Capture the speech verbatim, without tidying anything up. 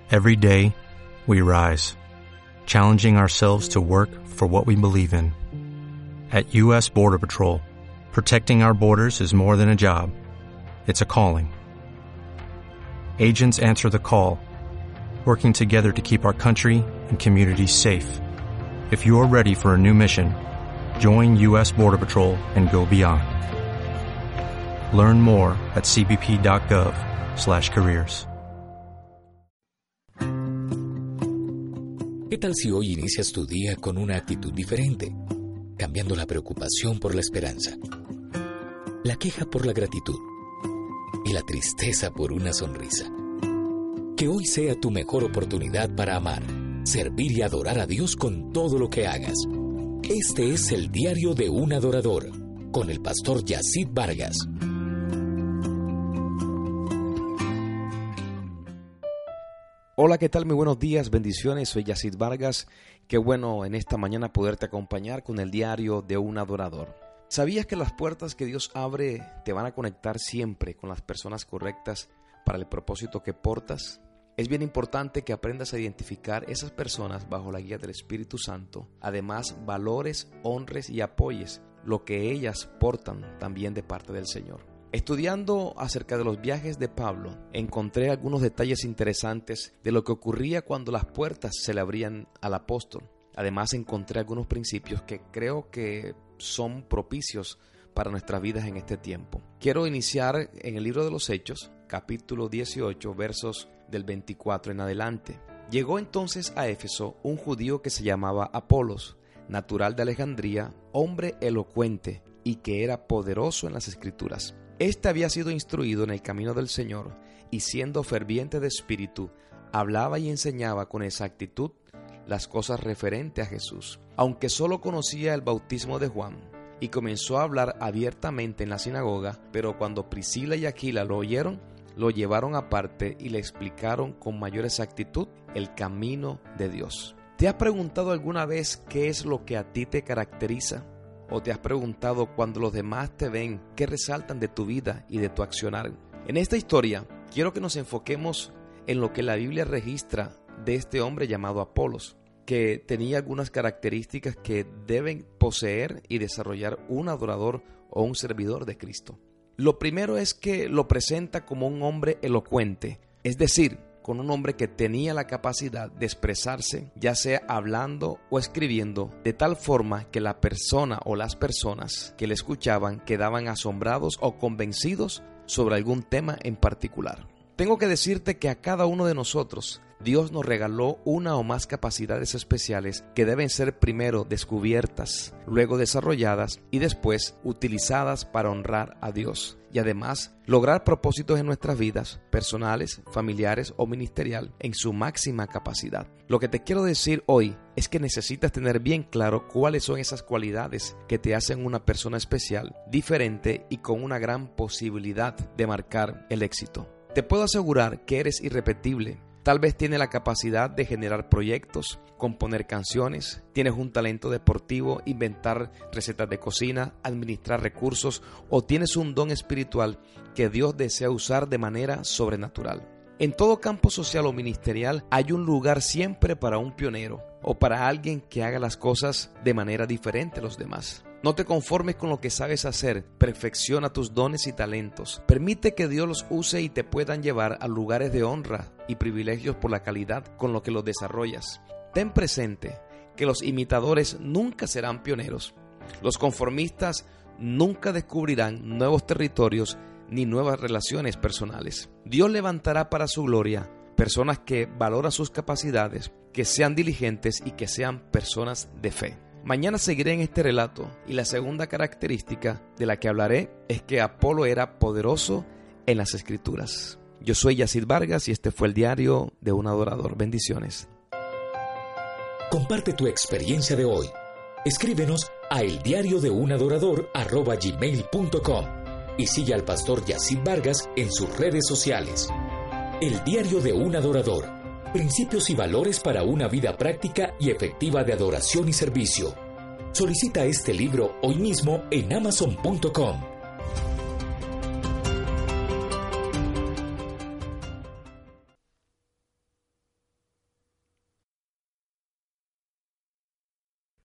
Every day, we rise, challenging ourselves to work for what we believe in. At U S Border Patrol, protecting our borders is more than a job. It's a calling. Agents answer the call, working together to keep our country and communities safe. If you are ready for a new mission, join U S Border Patrol and go beyond. Learn more at c b p dot gov slash careers. ¿Qué tal si hoy inicias tu día con una actitud diferente, cambiando la preocupación por la esperanza, la queja por la gratitud y la tristeza por una sonrisa? Que hoy sea tu mejor oportunidad para amar, servir y adorar a Dios con todo lo que hagas. Este es el Diario de un Adorador, con el pastor Yacid Vargas. Hola, ¿qué tal? Muy buenos días, bendiciones, soy Yacid Vargas. Qué bueno en esta mañana poderte acompañar con el Diario de un Adorador. ¿Sabías que las puertas que Dios abre te van a conectar siempre con las personas correctas para el propósito que portas? Es bien importante que aprendas a identificar esas personas bajo la guía del Espíritu Santo. Además, valores, honres y apoyes lo que ellas portan también de parte del Señor. Estudiando acerca de los viajes de Pablo, encontré algunos detalles interesantes de lo que ocurría cuando las puertas se le abrían al apóstol. Además, encontré algunos principios que creo que son propicios para nuestras vidas en este tiempo. Quiero iniciar en el libro de los Hechos, capítulo dieciocho, versos del veinticuatro en adelante. Llegó entonces a Éfeso un judío que se llamaba Apolos, natural de Alejandría, hombre elocuente y que era poderoso en las Escrituras. Este había sido instruido en el camino del Señor y siendo ferviente de espíritu, hablaba y enseñaba con exactitud las cosas referentes a Jesús. Aunque solo conocía el bautismo de Juan, y comenzó a hablar abiertamente en la sinagoga, pero cuando Priscila y Aquila lo oyeron, lo llevaron aparte y le explicaron con mayor exactitud el camino de Dios. ¿Te has preguntado alguna vez qué es lo que a ti te caracteriza? ¿O te has preguntado cuando los demás te ven qué resaltan de tu vida y de tu accionar? En esta historia quiero que nos enfoquemos en lo que la Biblia registra de este hombre llamado Apolos, que tenía algunas características que deben poseer y desarrollar un adorador o un servidor de Cristo. Lo primero es que lo presenta como un hombre elocuente, es decir, con un hombre que tenía la capacidad de expresarse, ya sea hablando o escribiendo, de tal forma que la persona o las personas que le escuchaban quedaban asombrados o convencidos sobre algún tema en particular. Tengo que decirte que a cada uno de nosotros Dios nos regaló una o más capacidades especiales que deben ser primero descubiertas, luego desarrolladas y después utilizadas para honrar a Dios y además lograr propósitos en nuestras vidas personales, familiares o ministerial en su máxima capacidad. Lo que te quiero decir hoy es que necesitas tener bien claro cuáles son esas cualidades que te hacen una persona especial, diferente y con una gran posibilidad de marcar el éxito. Te puedo asegurar que eres irrepetible. Tal vez tienes la capacidad de generar proyectos, componer canciones, tienes un talento deportivo, inventar recetas de cocina, administrar recursos o tienes un don espiritual que Dios desea usar de manera sobrenatural. En todo campo social o ministerial hay un lugar siempre para un pionero o para alguien que haga las cosas de manera diferente a los demás. No te conformes con lo que sabes hacer, perfecciona tus dones y talentos. Permite que Dios los use y te puedan llevar a lugares de honra y privilegios por la calidad con lo que los desarrollas. Ten presente que los imitadores nunca serán pioneros. Los conformistas nunca descubrirán nuevos territorios ni nuevas relaciones personales. Dios levantará para su gloria personas que valoran sus capacidades, que sean diligentes y que sean personas de fe. Mañana seguiré en este relato y la segunda característica de la que hablaré es que Apolo era poderoso en las Escrituras. Yo soy Yacid Vargas y este fue el Diario de un Adorador. Bendiciones. Comparte tu experiencia de hoy. Escríbenos a eldiariodeunAdorador arroba gmail punto com y sigue al pastor Yacid Vargas en sus redes sociales. El Diario de un Adorador. Principios y valores para una vida práctica y efectiva de adoración y servicio. Solicita este libro hoy mismo en amazon punto com.